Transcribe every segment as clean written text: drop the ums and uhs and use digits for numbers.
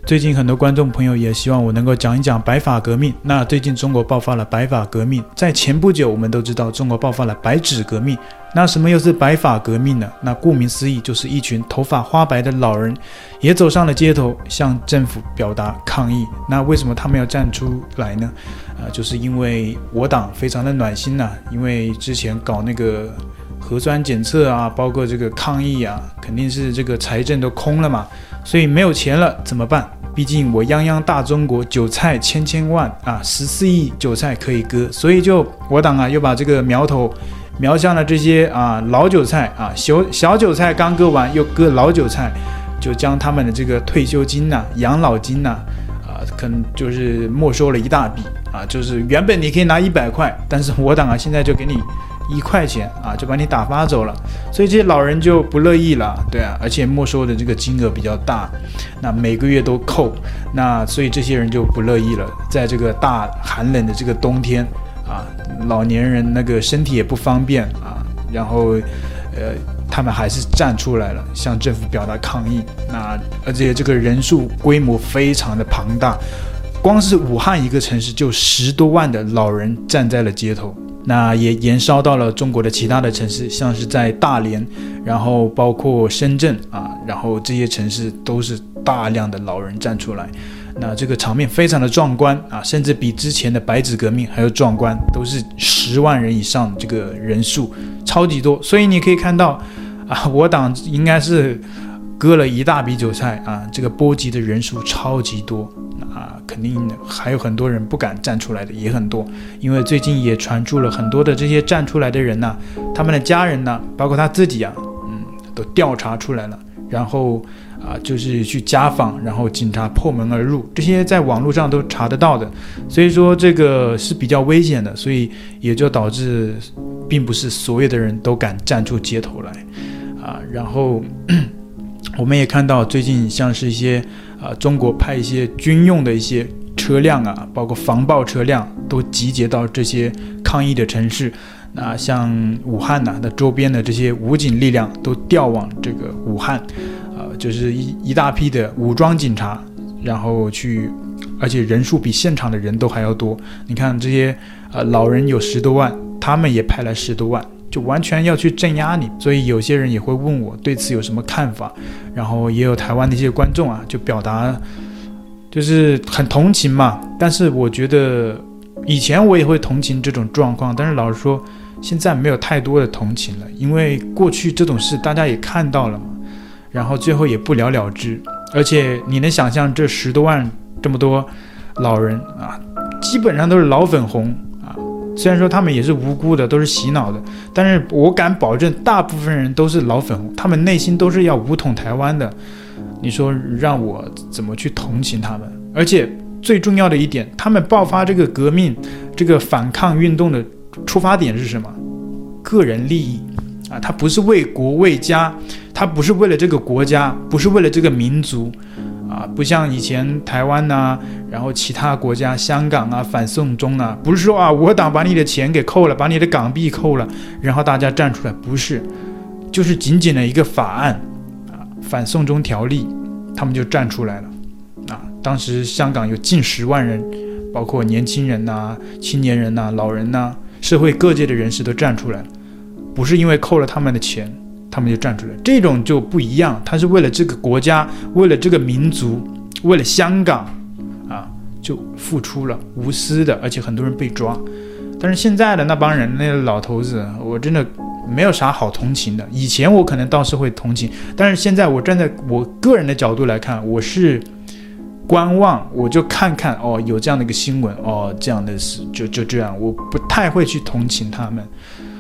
最近很多观众朋友也希望我能够讲一讲白发革命。那最近中国爆发了白发革命，在前不久我们都知道中国爆发了白纸革命。那什么又是白发革命呢？那顾名思义，就是一群头发花白的老人也走上了街头，向政府表达抗议。那为什么他们要站出来呢？就是因为我党非常的暖心呐，因为之前搞那个核酸检测啊，包括这个抗疫啊，肯定是这个财政都空了嘛，所以没有钱了怎么办？毕竟我泱泱大中国，韭菜千万啊，14亿韭菜可以割，所以就我党啊又把这个苗头瞄向了这些老韭菜啊，小韭菜刚割完又割老韭菜，就将他们的这个退休金呐、养老金呐可能就是没收了一大笔啊，就是原本你可以拿100块，但是我党啊现在就给你1块钱啊，就把你打发走了，所以这些老人就不乐意了，对啊，而且没收的这个金额比较大，那每个月都扣，那所以这些人就不乐意了，在这个大寒冷的这个冬天啊，老年人那个身体也不方便啊，然后他们还是站出来了，向政府表达抗议。那而且这个人数规模非常的庞大，光是武汉一个城市就10多万的老人站在了街头。那也延烧到了中国的其他的城市，像是在大连，然后包括深圳啊，然后这些城市都是大量的老人站出来。那这个场面非常的壮观啊，甚至比之前的白纸革命还要壮观，都是10万人以上这个人数，超级多。所以你可以看到啊，我党应该是割了一大笔韭菜啊，这个波及的人数超级多啊，肯定还有很多人不敢站出来的也很多，因为最近也传出了很多的这些站出来的人他们的家人包括他自己都调查出来了，然后就是去家访，然后警察破门而入，这些在网络上都查得到的，所以说这个是比较危险的，所以也就导致并不是所有的人都敢站出街头来然后我们也看到最近像是一些中国派一些军用的一些车辆包括防暴车辆都集结到这些抗议的城市，那像武汉的周边的这些武警力量都调往这个武汉就是一大批的武装警察，然后去，而且人数比现场的人都还要多。你看这些老人有10多万，他们也派来10多万，就完全要去镇压你。所以有些人也会问我对此有什么看法，然后也有台湾的一些观众就表达就是很同情嘛。但是我觉得以前我也会同情这种状况，但是老实说现在没有太多的同情了，因为过去这种事大家也看到了嘛，然后最后也不了了之。而且你能想象这10多万这么多老人基本上都是老粉红虽然说他们也是无辜的，都是洗脑的，但是我敢保证大部分人都是老粉红，他们内心都是要武统台湾的，你说让我怎么去同情他们？而且最重要的一点，他们爆发这个革命这个反抗运动的出发点是什么？个人利益他不是为国为家，他不是为了这个国家，不是为了这个民族不像以前台湾然后其他国家香港反送中不是说我党把你的钱给扣了，把你的港币扣了，然后大家站出来，不是，就是仅仅的一个法案反送中条例，他们就站出来了当时香港有近10万人，包括年轻人青年人老人社会各界的人士都站出来了，不是因为扣了他们的钱他们就站出来，这种就不一样，他是为了这个国家，为了这个民族，为了香港就付出了，无私的，而且很多人被抓。但是现在的那帮人，那个老头子，我真的没有啥好同情的。以前我可能倒是会同情，但是现在我站在我个人的角度来看，我是观望，我就看看有这样的一个新闻这样的事，就这样，我不太会去同情他们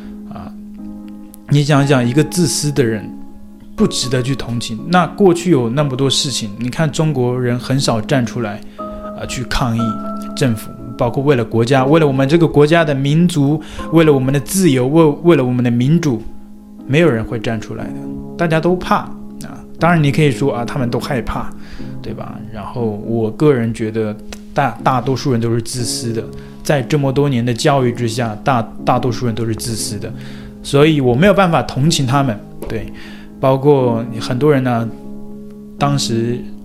你想想，一个自私的人不值得去同情。那过去有那么多事情，你看中国人很少站出来去抗议政府，包括为了国家，为了我们这个国家的民族，为了我们的自由，为了我们的民主，没有人会站出来的，大家都怕当然你可以说他们都害怕，对吧？然后我个人觉得大多数人都是自私的，在这么多年的教育之下，大多数人都是自私的，所以我没有办法同情他们。对，包括很多人当时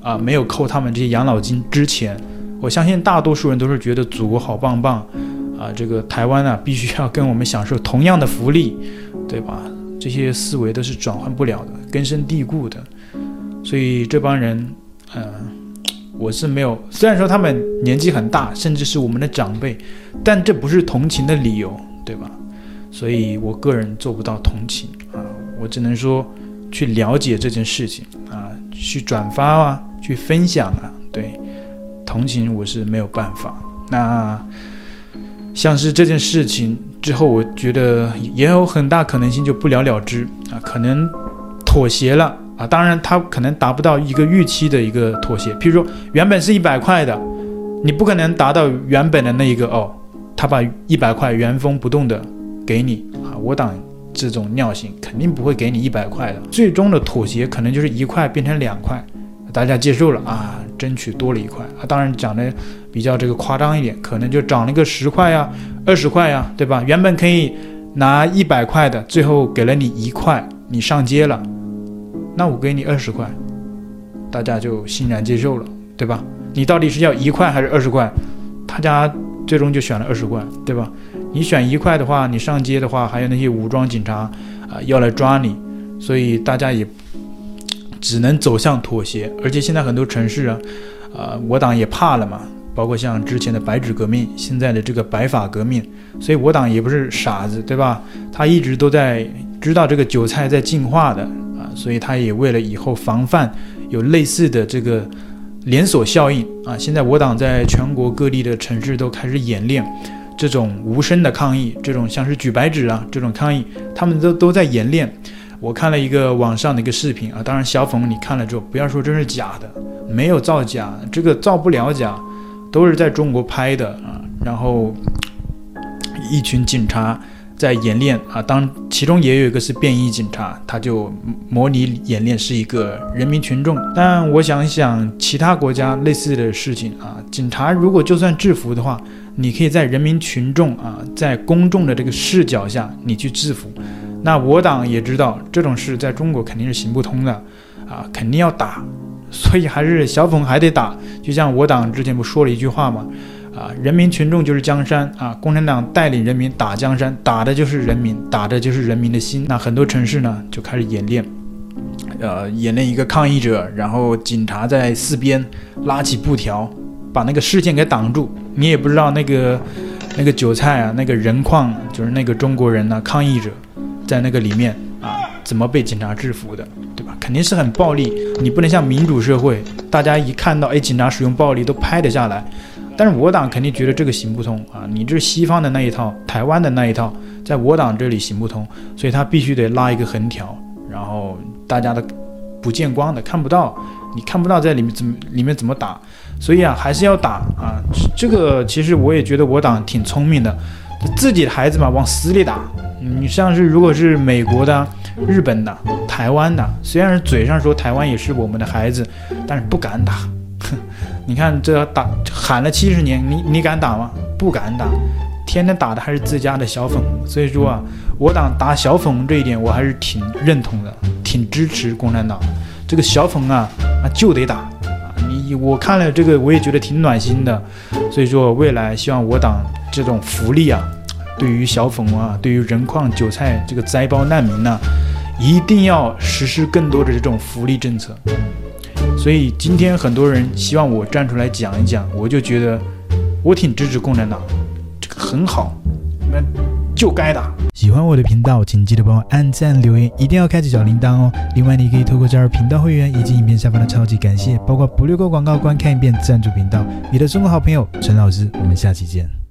没有扣他们这些养老金之前，我相信大多数人都是觉得祖国好棒棒这个台湾必须要跟我们享受同样的福利，对吧？这些思维都是转换不了的，根深蒂固的。所以这帮人我是没有，虽然说他们年纪很大，甚至是我们的长辈，但这不是同情的理由，对吧？所以我个人做不到同情我只能说去了解这件事情去转发去分享对，同情我是没有办法。那像是这件事情之后，我觉得也有很大可能性就不了了之可能妥协了当然他可能达不到一个预期的一个妥协，譬如说原本是100块的，你不可能达到原本的那一个他把100块原封不动的给你我党这种尿性肯定不会给你100块的，最终的妥协可能就是1块变成2块，大家接受了争取多了1块当然讲的比较这个夸张一点，可能就涨了个10块20块对吧？原本可以拿100块的，最后给了你1块，你上街了，那我给你20块，大家就欣然接受了，对吧？你到底是要1块还是20块？大家最终就选了20块，对吧？你选1块的话，你上街的话，还有那些武装警察要来抓你，所以大家也只能走向妥协。而且现在很多城市我党也怕了嘛，包括像之前的白纸革命，现在的这个白发革命，所以我党也不是傻子，对吧？他一直都在知道这个韭菜在进化的所以他也为了以后防范有类似的这个连锁效应现在我党在全国各地的城市都开始演练这种无声的抗议，这种像是举白纸这种抗议，他们都在演练。我看了一个网上的一个视频当然小冯你看了之后不要说这是假的，没有造假，这个造不了假，都是在中国拍的然后一群警察在演练当其中也有一个是便衣警察，他就模拟演练是一个人民群众。但我想其他国家类似的事情警察如果就算制服的话，你可以在人民群众在公众的这个视角下你去制服。那我党也知道这种事在中国肯定是行不通的肯定要打，所以还是小粉还得打。就像我党之前不说了一句话吗人民群众就是江山共产党带领人民打江山，打的就是人民，打的就是人民的心。那很多城市呢就开始演练一个抗议者，然后警察在四边拉起布条把那个视线给挡住，你也不知道那个韭菜那个人矿就是那个中国人抗议者在那个里面怎么被警察制服的，对吧？肯定是很暴力，你不能像民主社会大家一看到警察使用暴力都拍得下来。但是我党肯定觉得这个行不通你这是西方的那一套，台湾的那一套在我党这里行不通，所以他必须得拉一个横条，然后大家的不见光的看不到，你看不到在里面怎么打，所以还是要打这个其实我也觉得我党挺聪明的，自己的孩子嘛往死里打。你像是如果是美国的、日本的、台湾的，虽然是嘴上说台湾也是我们的孩子，但是不敢打你看这打喊了70年，你敢打吗？不敢打，天天打的还是自家的小粉红。所以说我党打小粉红这一点我还是挺认同的，挺支持共产党。这个小粉就得打我看了这个我也觉得挺暖心的。所以说未来希望我党这种福利对于小粉对于人矿韭菜这个灾包难民一定要实施更多的这种福利政策。所以今天很多人希望我站出来讲一讲，我就觉得我挺支持共产党，这个很好，那就该打。喜欢我的频道请记得帮我按赞留言，一定要开启小铃铛哦。另外你可以透过加入频道会员以及影片下方的超级感谢，包括不略过广告观看一遍赞助频道。你的中国好朋友陈老师，我们下期见。